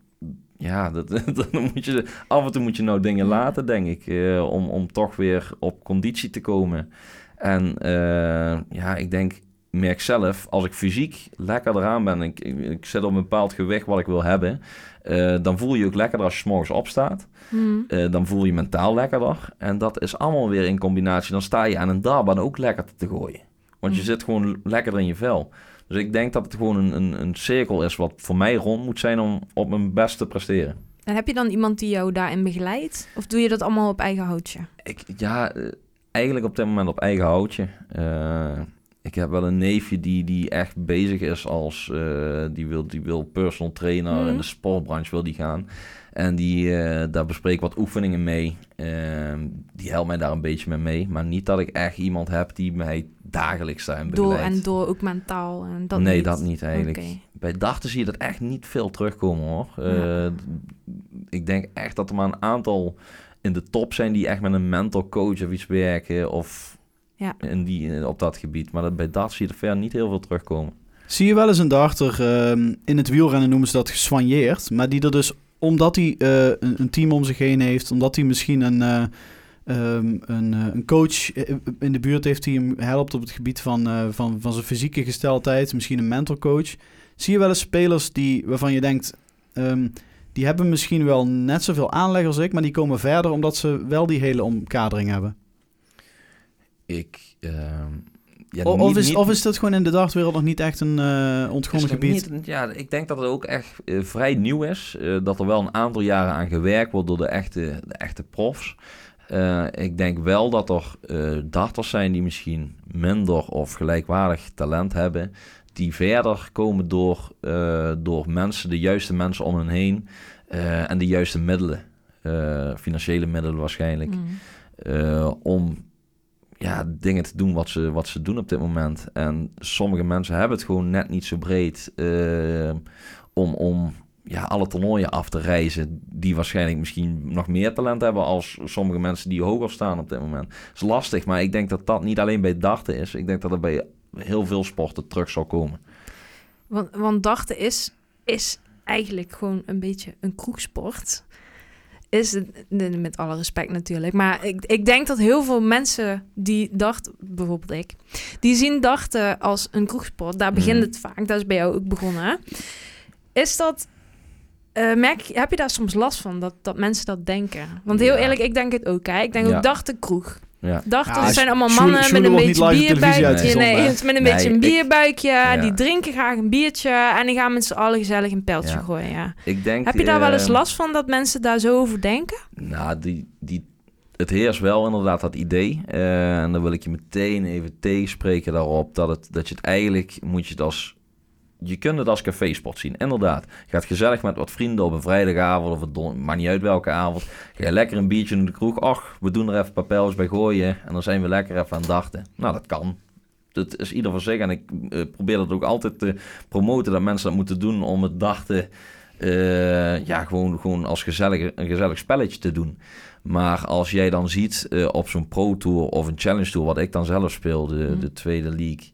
moet je, af en toe moet je nou dingen laten, denk ik. Om toch weer op conditie te komen. En ik merk zelf, als ik fysiek lekker eraan ben, ik zit op een bepaald gewicht wat ik wil hebben, dan voel je ook lekkerder als je 's morgens opstaat. Dan voel je mentaal lekkerder. En dat is allemaal weer in combinatie. Dan sta je aan een darbaan ook lekker te gooien. Want je zit gewoon lekkerder in je vel. Dus ik denk dat het gewoon een cirkel is wat voor mij rond moet zijn om op mijn best te presteren. En heb je dan iemand die jou daarin begeleidt? Of doe je dat allemaal op eigen houtje? Eigenlijk op dit moment op eigen houtje. Ik heb wel een neefje die echt bezig is als... die wil personal trainer in de sportbranche wil die gaan. En daar bespreek ik wat oefeningen mee. Die helpt mij daar een beetje mee. Maar niet dat ik echt iemand heb die mij dagelijks daarin begeleidt. Door ook mentaal? En dat nee, niet. dat niet eigenlijk. Okay. Bij darten zie je dat echt niet veel terugkomen, hoor. Ik denk echt dat er maar een aantal in de top zijn die echt met een mental coach of iets werken. Of op dat gebied. Maar bij dart zie je er verder niet heel veel terugkomen. Zie je wel eens een darter, in het wielrennen noemen ze dat geswanjeerd, maar die er dus, omdat hij een team om zich heen heeft, omdat hij misschien een coach in de buurt heeft die hem helpt op het gebied van zijn fysieke gesteldheid, misschien een mental coach. Zie je wel eens spelers waarvan je denkt, die hebben misschien wel net zoveel aanleg als ik, maar die komen verder omdat ze wel die hele omkadering hebben? Of is dat gewoon in de dartwereld nog niet echt een ontgonnen gebied? Ik denk dat het ook echt vrij nieuw is. Dat er wel een aantal jaren aan gewerkt wordt door de echte profs. Ik denk wel dat er darters zijn die misschien minder of gelijkwaardig talent hebben, die verder komen door mensen, de juiste mensen om hen heen en de juiste middelen. Financiële middelen waarschijnlijk. Om dingen te doen wat ze doen op dit moment. En sommige mensen hebben het gewoon net niet zo breed om alle toernooien af te reizen, die waarschijnlijk misschien nog meer talent hebben als sommige mensen die hoger staan op dit moment. Dat is lastig, maar ik denk dat dat niet alleen bij darten is. Ik denk dat het bij heel veel sporten terug zal komen. Want darten is eigenlijk gewoon een beetje een kroegsport. Is het, met alle respect natuurlijk. Maar ik denk dat heel veel mensen die darten, bijvoorbeeld ik, die zien darten als een kroegsport. Daar begint het vaak. Dat is bij jou ook begonnen. Hè? Is dat... heb je daar soms last van, dat mensen dat denken? Want heel eerlijk, ik denk het ook. Hè? Ik denk ook darten kroeg. Ja. Darters zijn allemaal mannen met een beetje bierbuikje. Met een beetje een bierbuikje. Die drinken graag een biertje en die gaan met z'n allen gezellig een pijltje gooien. Ja. Heb je daar wel eens last van dat mensen daar zo over denken? Nou, het heerst wel inderdaad dat idee. En dan wil ik je meteen even tegenspreken daarop dat je het eigenlijk moet je het als... Je kunt het als cafésport zien, inderdaad. Je gaat gezellig met wat vrienden op een vrijdagavond of maakt niet uit welke avond. Ga je lekker een biertje in de kroeg. Och, we doen er even een paar pijltjes bij gooien en dan zijn we lekker even aan het darten. Nou, dat kan. Dat is ieder voor zich en ik probeer dat ook altijd te promoten dat mensen dat moeten doen om het darten gewoon als een gezellig spelletje te doen. Maar als jij dan ziet op zo'n Pro Tour of een Challenge Tour, wat ik dan zelf speel, de tweede league,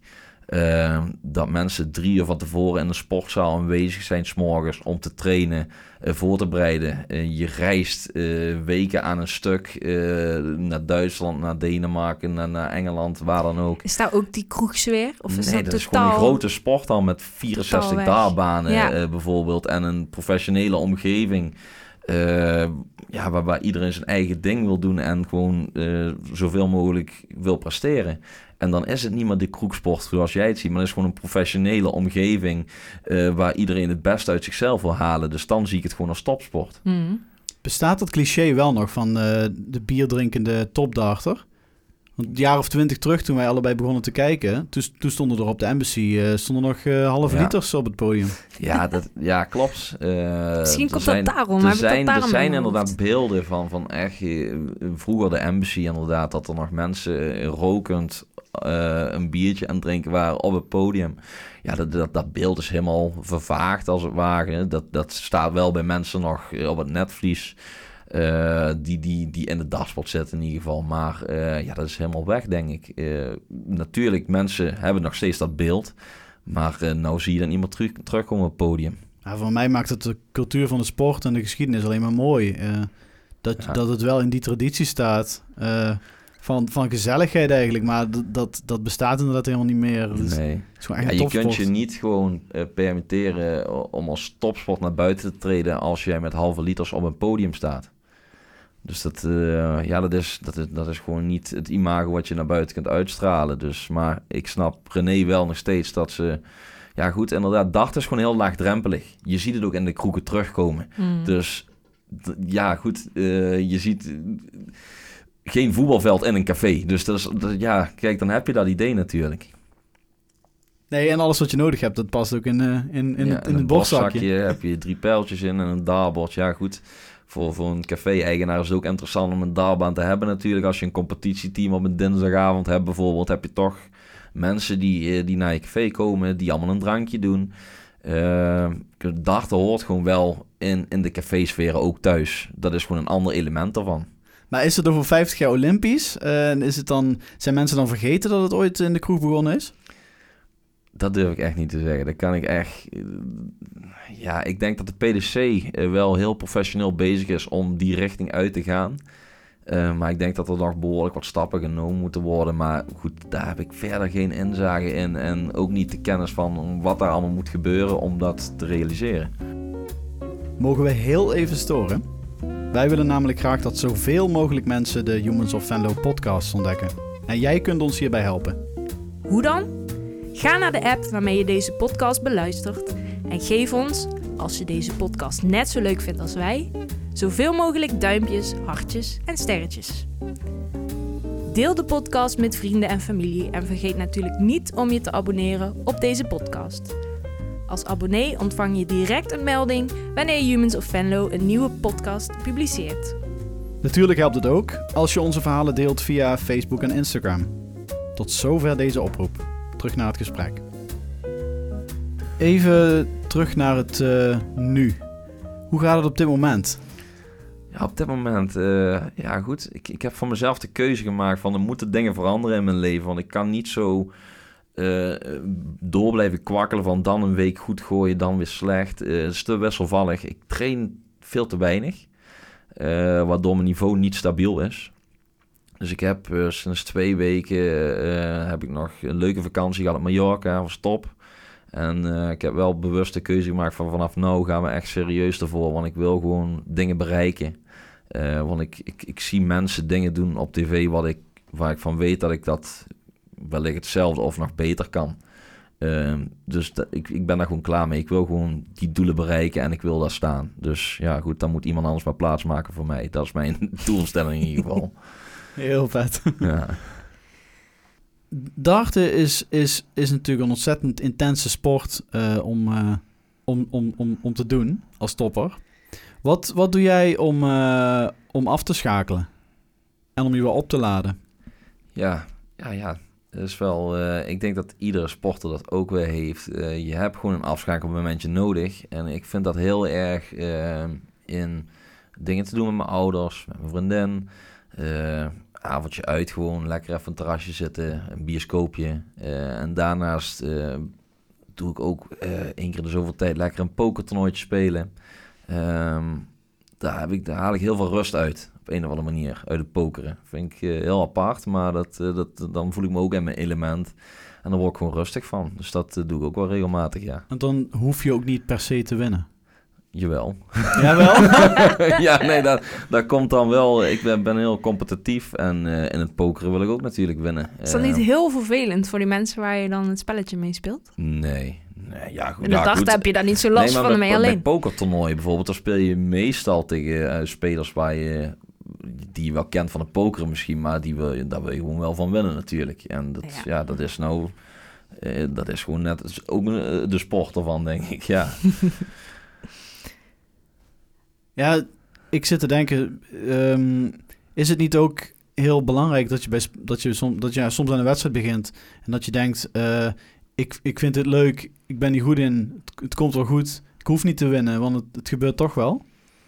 Dat mensen 3 uur van tevoren in de sportzaal aanwezig zijn 's morgens om te trainen, voor te bereiden. Je reist weken aan een stuk naar Duitsland, naar Denemarken, naar Engeland, waar dan ook. Is daar ook die kroegsfeer? Of is Nee, dat is gewoon een grote sporthal met 64 dartbanen bijvoorbeeld en een professionele omgeving. Waar iedereen zijn eigen ding wil doen en gewoon zoveel mogelijk wil presteren. En dan is het niet meer de kroegsport zoals jij het ziet, maar het is gewoon een professionele omgeving waar iedereen het beste uit zichzelf wil halen. Dus dan zie ik het gewoon als topsport. Bestaat dat cliché wel nog van de bierdrinkende topdarter? Want een jaar of 20 terug, toen wij allebei begonnen te kijken, toen stonden er op de Embassy nog halve liters op het podium. Ja, klopt. Misschien komt dat daarom. Er zijn inderdaad beelden van echt vroeger de Embassy inderdaad, dat er nog mensen rokend een biertje aan het drinken waren op het podium. Ja, dat beeld is helemaal vervaagd als het ware. Dat staat wel bij mensen nog op het netvlies. Die in de dagsport zitten in ieder geval. Maar dat is helemaal weg, denk ik. Natuurlijk, mensen hebben nog steeds dat beeld. Maar nou zie je dat niet meer terugkomen op het podium. Ja, voor mij maakt het de cultuur van de sport en de geschiedenis alleen maar mooi. Dat het wel in die traditie staat van gezelligheid eigenlijk. Maar dat bestaat inderdaad helemaal niet meer. Nee. Je kunt je niet gewoon permitteren om als topsport naar buiten te treden als jij met halve liters op een podium staat. Dus dat is gewoon niet het imago wat je naar buiten kunt uitstralen. Dus, maar ik snap René wel nog steeds dat ze... Ja goed, inderdaad, dart is gewoon heel laagdrempelig. Je ziet het ook in de kroegen terugkomen. Dus je ziet geen voetbalveld in een café. Dus kijk, dan heb je dat idee natuurlijk. Nee, en alles wat je nodig hebt, dat past ook in het borstzakje. Heb je 3 pijltjes in en een darbord. Ja goed, voor een café-eigenaar is het ook interessant om een darbaan te hebben natuurlijk. Als je een competitieteam op een dinsdagavond hebt bijvoorbeeld, heb je toch mensen die naar je café komen, die allemaal een drankje doen. Darten hoort gewoon wel in de cafésferen ook thuis. Dat is gewoon een ander element daarvan. Maar is het over 50 jaar Olympisch? Zijn mensen dan vergeten dat het ooit in de kroeg begonnen is? Dat durf ik echt niet te zeggen. Dat kan ik echt... Ja, ik denk dat de PDC wel heel professioneel bezig is om die richting uit te gaan. Maar ik denk dat er nog behoorlijk wat stappen genomen moeten worden. Maar goed, daar heb ik verder geen inzage in. En ook niet de kennis van wat daar allemaal moet gebeuren om dat te realiseren. Mogen we heel even storen? Wij willen namelijk graag dat zoveel mogelijk mensen de Humans of Venlo podcast ontdekken. En jij kunt ons hierbij helpen. Hoe dan? Ga naar de app waarmee je deze podcast beluistert en geef ons, als je deze podcast net zo leuk vindt als wij, zoveel mogelijk duimpjes, hartjes en sterretjes. Deel de podcast met vrienden en familie en vergeet natuurlijk niet om je te abonneren op deze podcast. Als abonnee ontvang je direct een melding wanneer Humans of Venlo een nieuwe podcast publiceert. Natuurlijk helpt het ook als je onze verhalen deelt via Facebook en Instagram. Tot zover deze oproep. Terug naar het gesprek. Even terug naar het nu. Hoe gaat het op dit moment? Ja, op dit moment, goed. Ik heb voor mezelf de keuze gemaakt van er moeten dingen veranderen in mijn leven. Want ik kan niet zo door blijven kwakkelen van dan een week goed gooien, dan weer slecht. Het is te wisselvallig. Ik train veel te weinig, waardoor mijn niveau niet stabiel is. Dus ik heb sinds 2 weken heb ik nog een leuke vakantie gehad op Mallorca, was top. En ik heb wel bewust de keuze gemaakt van vanaf nou gaan we echt serieus ervoor. Want ik wil gewoon dingen bereiken. Want ik zie mensen dingen doen op tv waar ik van weet dat ik dat wellicht hetzelfde of nog beter kan. Dus ik ben daar gewoon klaar mee. Ik wil gewoon die doelen bereiken en ik wil daar staan. Dus ja goed, dan moet iemand anders maar plaats maken voor mij. Dat is mijn doelstelling in ieder geval. Heel vet. Ja. Darten is natuurlijk een ontzettend intense sport om te doen als topper. Wat doe jij om af te schakelen en om je wel op te laden? Ja. Dat is wel, ik denk dat iedere sporter dat ook weer heeft. Je hebt gewoon een afschakelmomentje nodig. En ik vind dat heel erg in dingen te doen met mijn ouders, met mijn vriendin. avondje uit gewoon, lekker even een terrasje zitten, een bioscoopje. En daarnaast doe ik ook 1 keer in de zoveel tijd lekker een pokertoernooitje spelen. Daar haal ik heel veel rust uit, op een of andere manier, uit het pokeren. Vind ik heel apart, maar dan voel ik me ook in mijn element. En dan word ik gewoon rustig van. Dus dat doe ik ook wel regelmatig, ja. Want dan hoef je ook niet per se te winnen. Jawel. Jawel? Ja, nee, dat komt dan wel. Ik ben heel competitief en in het pokeren wil ik ook natuurlijk winnen. Is dat niet heel vervelend voor die mensen waar je dan het spelletje mee speelt? Nee, ja goed. In de dag heb je daar niet zo last van, maar alleen. Bij pokertoernooien bijvoorbeeld, dan speel je meestal tegen spelers die je wel kent van het pokeren misschien, maar daar wil je gewoon wel van winnen natuurlijk. En dat is nou, dat is gewoon net ook de sport ervan, denk ik, ja. Ja, ik zit te denken, is het niet ook heel belangrijk dat je soms aan een wedstrijd begint en dat je denkt, ik vind het leuk, ik ben hier goed in, het komt wel goed, ik hoef niet te winnen, want het gebeurt toch wel?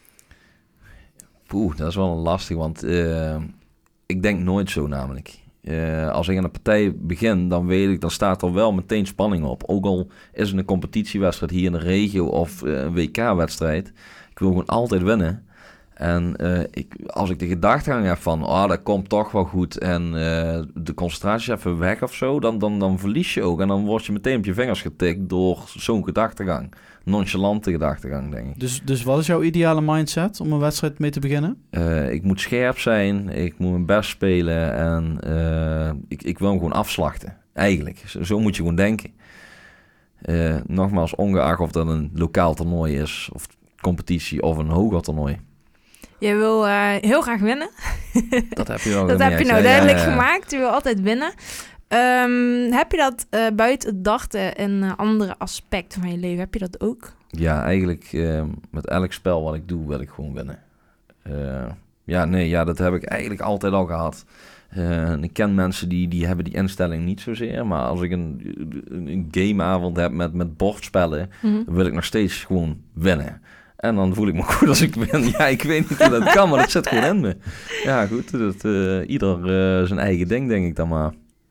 Dat is wel een lastig, want ik denk nooit zo namelijk. Als ik aan een partij begin, dan weet ik, dan staat er wel meteen spanning op. Ook al is het een competitiewedstrijd hier in de regio of een WK-wedstrijd. Ik wil gewoon altijd winnen. En als ik de gedachtegang heb van, dat komt toch wel goed en de concentratie is even weg of zo, dan verlies je ook. En dan word je meteen op je vingers getikt door zo'n gedachtegang. Nonchalante gedachtegang, denk ik. Dus wat is jouw ideale mindset om een wedstrijd mee te beginnen? Ik moet scherp zijn, ik moet mijn best spelen en ik wil hem gewoon afslachten. Eigenlijk, zo moet je gewoon denken. Nogmaals, ongeacht of dat een lokaal toernooi is, of competitie of een hoger toernooi. Je wil heel graag winnen. Dat heb je wel Dat heb je nou duidelijk gemaakt. Je wil altijd winnen. Heb je dat buiten het darten en andere aspecten van je leven, heb je dat ook? Ja, eigenlijk met elk spel wat ik doe, wil ik gewoon winnen. Dat heb ik eigenlijk altijd al gehad. Ik ken mensen die hebben die instelling niet zozeer. Maar als ik een gameavond heb met bordspellen, wil ik nog steeds gewoon winnen. En dan voel ik me goed als ik win. Ja, ik weet niet hoe dat kan, maar dat zit gewoon in me. Ja, goed. Ieder zijn eigen ding, denk ik dan maar.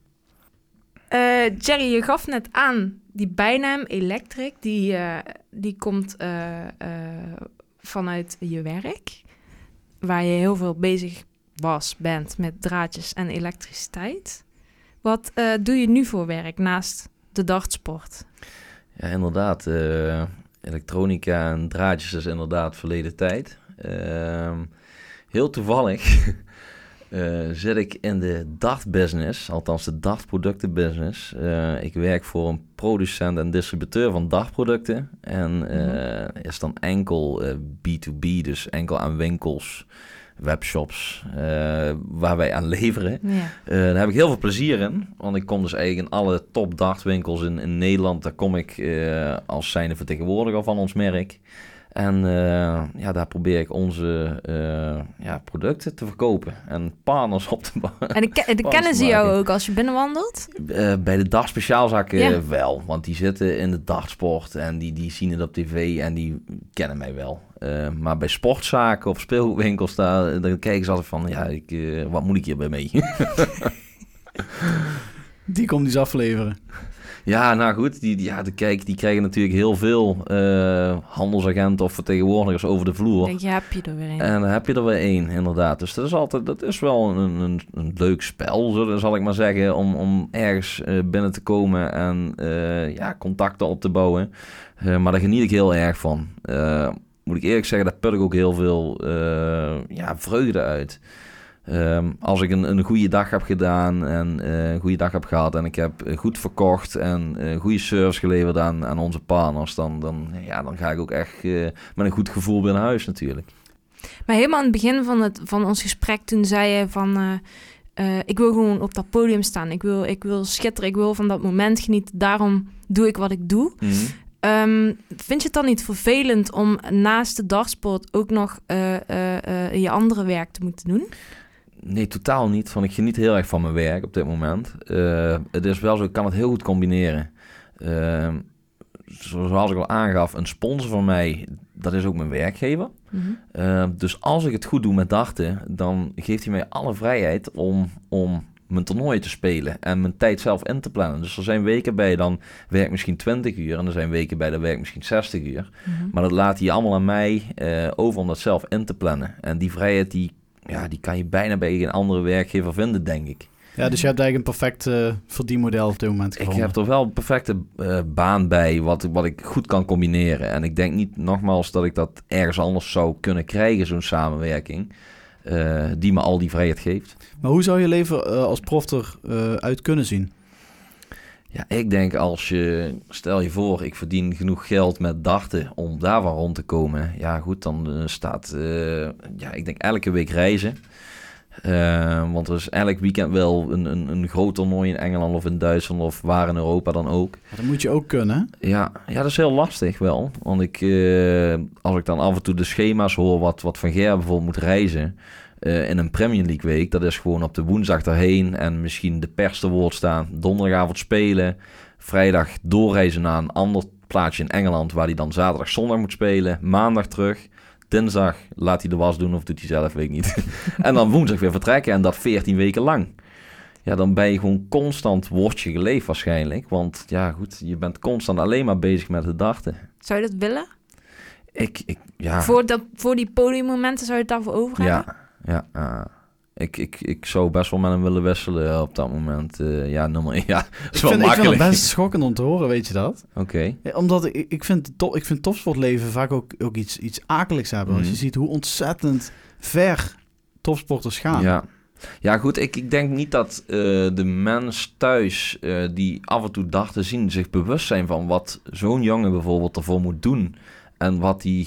Jerry, je gaf net aan, die bijnaam Electric, die komt vanuit je werk, waar je heel veel bezig bent met draadjes en elektriciteit. Wat doe je nu voor werk naast de dartsport? Ja, inderdaad. Elektronica en draadjes is inderdaad verleden tijd. Heel toevallig zit ik in de dartbusiness, althans de dartproductenbusiness. Ik werk voor een producent en distributeur van dartproducten. En is dan enkel B2B, dus enkel aan winkels, webshops, waar wij aan leveren. Ja. Daar heb ik heel veel plezier in. Want ik kom dus eigenlijk in alle top dartwinkels in Nederland. Daar kom ik als zijnde vertegenwoordiger van ons merk. En daar probeer ik onze producten te verkopen en partners op te bouwen. En kennen ze jou ook als je binnenwandelt? Bij de dartspeciaalzaken wel, want die zitten in de dartsport en die zien het op tv en die kennen mij wel. Maar bij sportzaken of speelwinkels, dan kijken ze altijd van, wat moet ik hierbij mee? Die komt eens afleveren. Ja, nou goed, die krijgen natuurlijk heel veel handelsagenten of vertegenwoordigers over de vloer. Denk je, heb je er weer een. En dan heb je er weer één, inderdaad. Dus dat is wel een leuk spel, zal ik maar zeggen, om ergens binnen te komen en contacten op te bouwen. Maar daar geniet ik heel erg van. Moet ik eerlijk zeggen, daar put ik ook heel veel vreugde uit. Als ik een goede dag heb gedaan en een goede dag heb gehad en ik heb goed verkocht en goede service geleverd aan onze partners, dan ga ik ook echt met een goed gevoel weer naar huis natuurlijk. Maar helemaal aan het begin van ons gesprek, toen zei je van, ik wil gewoon op dat podium staan. Ik wil schitteren, ik wil van dat moment genieten. Daarom doe ik wat ik doe. Mm-hmm. Vind je het dan niet vervelend om naast de dartsport ook nog je andere werk te moeten doen? Nee, totaal niet. Want ik geniet heel erg van mijn werk op dit moment. Het is wel zo, ik kan het heel goed combineren. Zoals ik al aangaf, een sponsor van mij, dat is ook mijn werkgever. Dus als ik het goed doe met darten, dan geeft hij mij alle vrijheid om mijn toernooien te spelen en mijn tijd zelf in te plannen. Dus er zijn weken bij, dan werk ik misschien 20 uur en er zijn weken bij, dan werk ik misschien 60 uur. Maar dat laat hij allemaal aan mij over om dat zelf in te plannen. En die vrijheid, die kan je bijna bij geen andere werkgever vinden, denk ik. Ja, dus je hebt eigenlijk een perfect verdienmodel op dit moment gevonden. Ik heb er wel een perfecte baan bij, wat ik goed kan combineren. En ik denk niet, nogmaals, dat ik dat ergens anders zou kunnen krijgen, zo'n samenwerking, die me al die vrijheid geeft. Maar hoe zou je leven als prof eruit kunnen zien? Ja, ik denk stel je voor, ik verdien genoeg geld met darten om daarvan rond te komen. Ja, goed, dan staat, ik denk elke week reizen. Want er is elk weekend wel een groot toernooi in Engeland of in Duitsland of waar in Europa dan ook. Ja, dat moet je ook kunnen, hè? Ja, dat is heel lastig wel. Want als ik dan af en toe de schema's hoor wat Van Gerwen bijvoorbeeld moet reizen in een Premier League week, dat is gewoon op de woensdag daarheen en misschien de pers te woord staan, donderdagavond spelen, vrijdag doorreizen naar een ander plaatsje in Engeland waar hij dan zaterdag, zondag moet spelen, maandag terug. Dinsdag laat hij de was doen of doet hij zelf, weet ik niet. En dan woensdag weer vertrekken en dat 14 weken lang. Ja, dan ben je gewoon constant, word je geleefd waarschijnlijk. Want ja, goed, je bent constant alleen maar bezig met het darten. Zou je dat willen? Ja. Voor die podiummomenten zou je het daarvoor over hebben? Ja. Ik zou best wel met hem willen wisselen op dat moment. Nummer 1. Ja, is wel makkelijk. Ik vind het best schokkend om te horen, weet je dat? Oké. Ja, omdat ik vind topsportleven vaak ook iets akeligs hebben. Als je ziet hoe ontzettend ver topsporters gaan. Ja, goed. Ik denk niet dat de mens thuis die af en toe darten zien zich bewust zijn van wat zo'n jongen bijvoorbeeld ervoor moet doen. En wat die...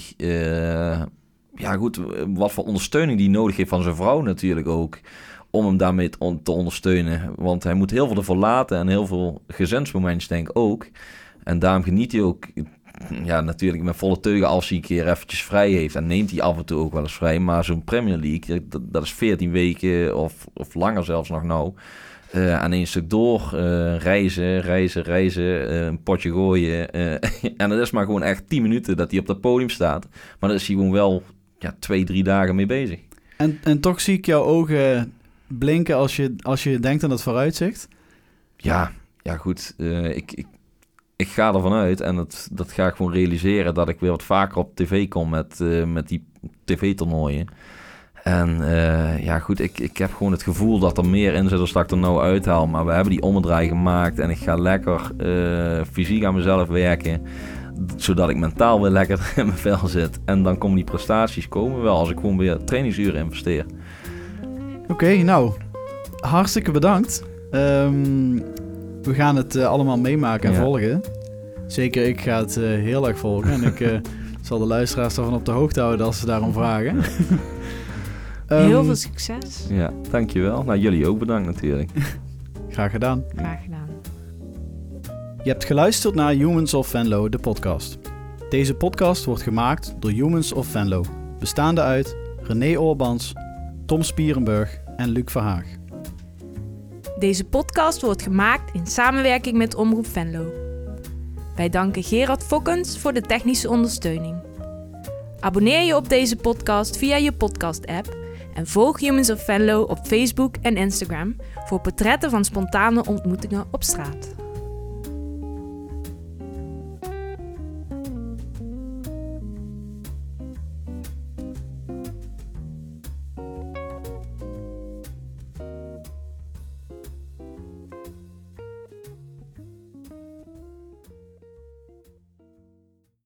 wat voor ondersteuning die nodig heeft van zijn vrouw natuurlijk ook, om hem daarmee te ondersteunen. Want hij moet heel veel ervoor laten en heel veel gezinsmomentjes denk ik ook. En daarom geniet hij ook, natuurlijk met volle teugen als hij een keer eventjes vrij heeft. En neemt hij af en toe ook wel eens vrij. Maar zo'n Premier League, dat is 14 weken of langer zelfs nog nou. Aan één stuk door, reizen, een potje gooien. En dat is maar gewoon echt 10 minuten dat hij op dat podium staat. Maar daar is hij gewoon wel 2-3 dagen mee bezig. En toch zie ik jouw ogen blinken als je denkt aan het vooruitzicht. Ja, goed. Ik ga ervan uit en dat ga ik gewoon realiseren dat ik weer wat vaker op tv kom met die tv-toernooien. En goed, ik heb gewoon het gevoel dat er meer in zit dan dat ik er nou uithaal. Maar we hebben die ommedraai gemaakt en ik ga lekker fysiek aan mezelf werken. Zodat ik mentaal weer lekker in mijn vel zit. En dan komen die prestaties wel als ik gewoon weer trainingsuren investeer. Oké, nou, hartstikke bedankt. We gaan het allemaal meemaken en volgen. Zeker, ik ga het heel erg volgen. En ik zal de luisteraars daarvan op de hoogte houden als ze daarom vragen. Heel veel succes. Ja, dankjewel. Nou, jullie ook bedankt natuurlijk. Graag gedaan. Graag gedaan. Je hebt geluisterd naar Humans of Venlo, de podcast. Deze podcast wordt gemaakt door Humans of Venlo, bestaande uit René Oorbans, Tom Spierenburg en Luc Verhaag. Deze podcast wordt gemaakt in samenwerking met Omroep Venlo. Wij danken Gerard Fokkens voor de technische ondersteuning. Abonneer je op deze podcast via je podcast-app en volg Humans of Venlo op Facebook en Instagram voor portretten van spontane ontmoetingen op straat.